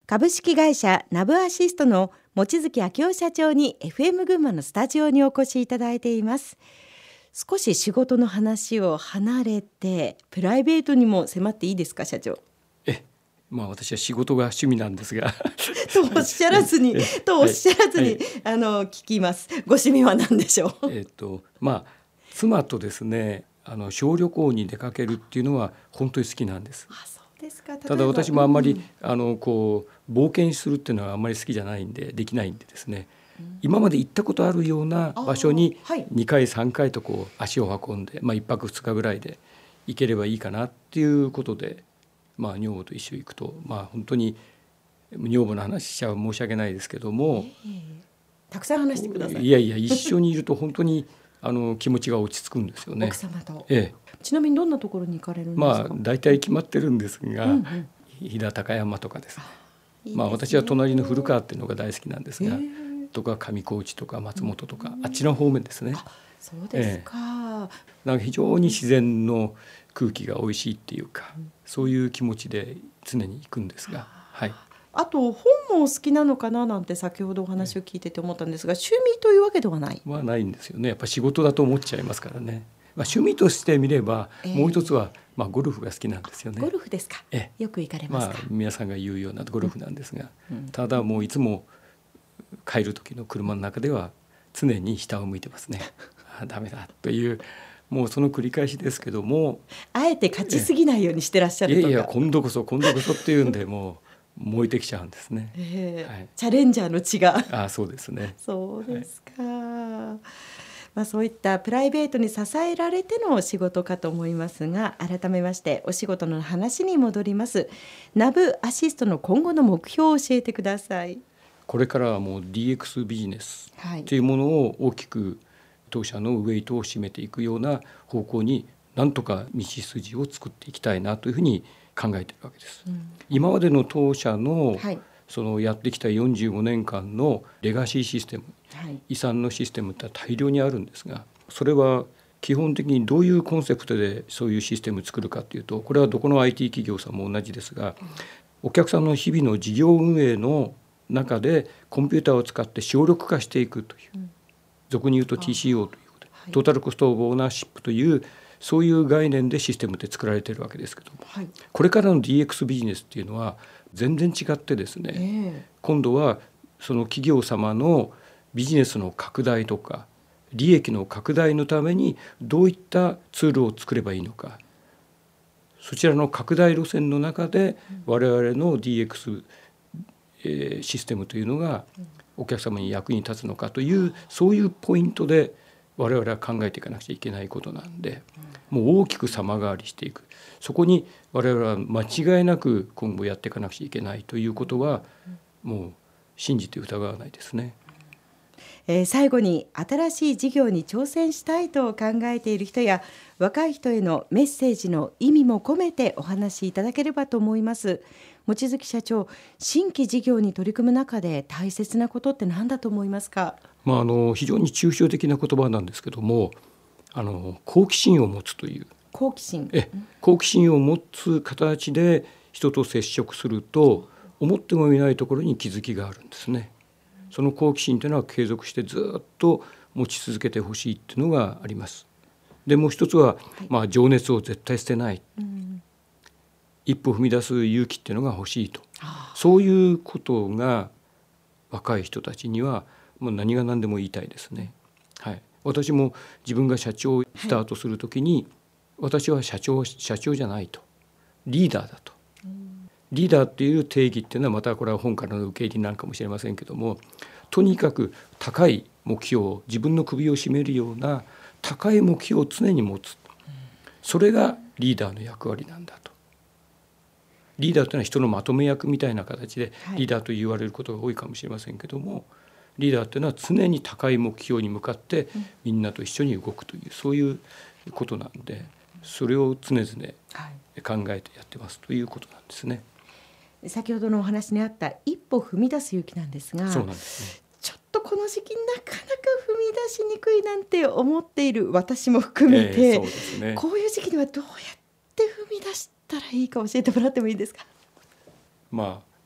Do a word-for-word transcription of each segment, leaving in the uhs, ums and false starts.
株式会社ナブアシストの望月明夫社長に エフエム 群馬のスタジオにお越しいただいています。少し仕事の話を離れてプライベートにも迫っていいですか、社長。 えまあ、私は仕事が趣味なんですがとおっしゃらずにとおっしゃらずに、 はいはい、 あの聞きます。ご趣味は何でしょう。 えっとまあ妻とですね、あの小旅行に出かけるっていうのは本当に好きなんです。 あ、そうですか。 ただ私もあんまり、 うん、 あのこう冒険するっていうのはあんまり好きじゃないんでできないんでですね、うん、今まで行ったことあるような場所ににかいさんかいとこう足を運んで、まあ、いっぱくふつかぐらいで行ければいいかなっていうことで、まあ、女房と一緒に行くと、まあ、本当に女房の話しちゃ申し訳ないですけども、 えー、たくさん話してください。 いやいや一緒にいると本当にあの気持ちが落ち着くんですよね。 奥様と、 ええ、 ちなみにどんなところに行かれるんですか。 まあ大体決まってるんですが、うんうん、飛騨高山とかですね。いいですね。まあ、私は隣の古川っていうのが大好きなんですが、えー、とか上高地とか松本とか、うん、あっちの方面ですね。 あ、そうですか。えええ、なんか非常に自然の空気が美味しいっていうか、うん、そういう気持ちで常に行くんですが、はい。 あと本もお好きなのかななんて先ほどお話を聞いてて思ったんですが、趣味というわけではないはないんですよね。やっぱ仕事だと思っちゃいますからね。まあ、趣味として見れば、えー、もう一つは、まあ、ゴルフが好きなんですよね。 ゴルフですか。えよく行かれますか。 まあ、皆さんが言うようなゴルフなんですが、うん、ただもういつも帰る時の車の中では常に下を向いてますね。あ、ダメだというもうその繰り返しですけども、 あえて勝ちすぎないようにしてらっしゃるとか。 いやいや今度こそ今度こそっていうんでもう燃えてきちゃうんですね。 えーはい、チャレンジャーの血が。 あ、そうですね。 そうですか。はい、まあ、そういったプライベートに支えられての仕事かと思いますが、改めましてお仕事の話に戻ります。ナブアシストの今後の目標を教えてください。 これからはもう ディーエックス ビジネスというものを大きく当社のウエイトを占めていくような方向になんとか道筋を作っていきたいなというふうに考えているわけです。うん、今までの当社の、はい、そのやってきたよんじゅうごねんかんのレガシーシステム、はい、遺産のシステムって大量にあるんですが、それは基本的にどういうコンセプトでそういうシステムを作るかというと、これはどこの アイティー 企業さんも同じですが、お客さんの日々の事業運営の中でコンピューターを使って省力化していくという、うん、俗に言うと ティーシーオー ということで、はい、トータルコストオブオーナーシップというそういう概念でシステムって作られているわけですけども、はい、これからの ディーエックス ビジネスっていうのは全然違ってですね、えー、今度はその企業様のビジネスの拡大とか利益の拡大のためにどういったツールを作ればいいのか、そちらの拡大路線の中で我々の ディーエックス、えー、システムというのがお客様に役に立つのかというそういうポイントで我々は考えていかなくちゃいけないことなんで、もう大きく様変わりしていく。そこに我々は間違いなく今後やっていかなくちゃいけないということはもう信じて疑わないですね。 えー、最後に新しい事業に挑戦したいと考えている人や若い人へのメッセージの意味も込めてお話しいただければと思います。望月社長、新規事業に取り組む中で大切なことって何だと思いますか。 まあ、あの非常に抽象的な言葉なんですけども、あの好奇心を持つという好奇心え好奇心を持つ形で人と接触すると思ってもいないところに気づきがあるんですね。その好奇心というのは継続してずっと持ち続けてほしいっていうのがあります。でもう一つは、まあ、情熱を絶対捨てない、うん、一歩踏み出す勇気っていうのが欲しいと、そういうことが若い人たちにはもう何が何でも言いたいですね。はい、私も自分が社長をスタートするときに、はい、私は社長、社長じゃないと、リーダーだと。リーダーっていう定義っていうのはまたこれは本からの受け入れなんかもしれませんけども、とにかく高い目標を、自分の首を絞めるような高い目標を常に持つ、それがリーダーの役割なんだと。リーダーというのは人のまとめ役みたいな形でリーダーと言われることが多いかもしれませんけども、リーダーというのは常に高い目標に向かってみんなと一緒に動くというそういうことなんで、それを常々考えてやってますということなんですね。 先ほどのお話にあった一歩踏み出す勇気なんですが、 そうなんですね。 ちょっとこの時期なかなか踏み出しにくいなんて思っている私も含めて、えーそうですね、こういう時期にはどうやって踏み出したらいいか教えてもらってもいいですか。 まあ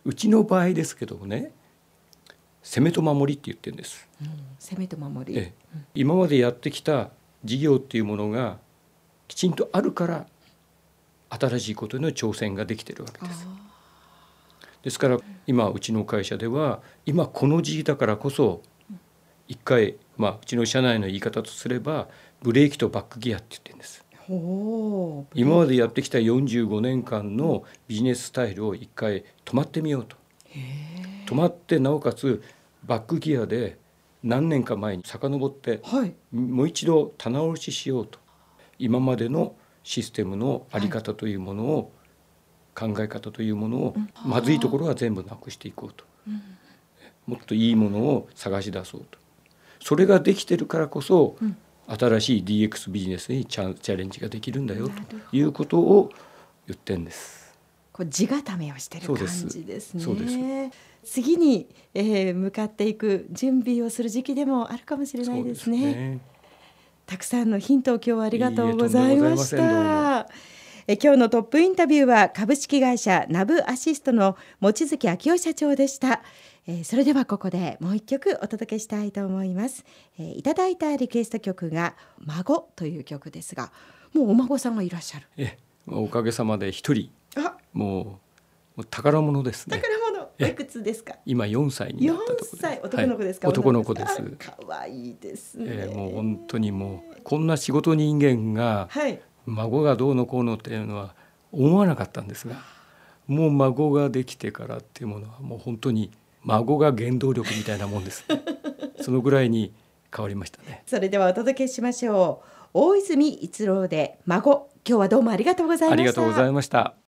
うちの場合ですけどもね、攻めと守りって言ってるんです、 うん、攻めと守り、ええ、 うん、今までやってきた事業っていうものがきちんとあるから新しいことへの挑戦ができているわけです。ですから今うちの会社では今この時期だからこそ一回、まあ、うちの社内の言い方とすればブレーキとバックギアって言ってるんです。 ほう、 今までやってきたよんじゅうごねんかんのビジネススタイルを一回止まってみようと。へ止まってなおかつバックギアで何年か前に遡って、はい、もう一度棚卸ししようと。今までのシステムの在り方というものを、はい、考え方というものを、うん、まずいところは全部なくしていこうと、うん、もっといいものを探し出そうと。それができてるからこそ、うん、新しい ディーエックス ビジネスにチャ、チャレンジができるんだよということを言ってるんです。 こう地固めをしてる感じですね。 そうです。 次に、えー、向かっていく準備をする時期でもあるかもしれないですね。そうですね。たくさんのヒントを今日はありがとうございました。え今日のトップインタビューは株式会社ナブアシストの望月昭夫社長でした。えー、それではここでもう一曲お届けしたいと思います。えー、いただいたリクエスト曲が孫という曲ですが、もうお孫さんがいらっしゃる。 えおかげさまで一人、あもう、もう宝物ですね。 宝物。おいくつですか？ 今よんさいになったところです。よんさい、 男の子ですか？ はい、男の子です。 かわいいですね。 えー、もう本当にもうこんな仕事人間が、はい、孫がどうのこうのっていうのは思わなかったんですが、もう孫ができてからっていうものはもう本当に孫が原動力みたいなもんですね。そのぐらいに変わりましたね。 それではお届けしましょう。大泉逸郎で孫。今日はどうもありがとうございました。 ありがとうございました。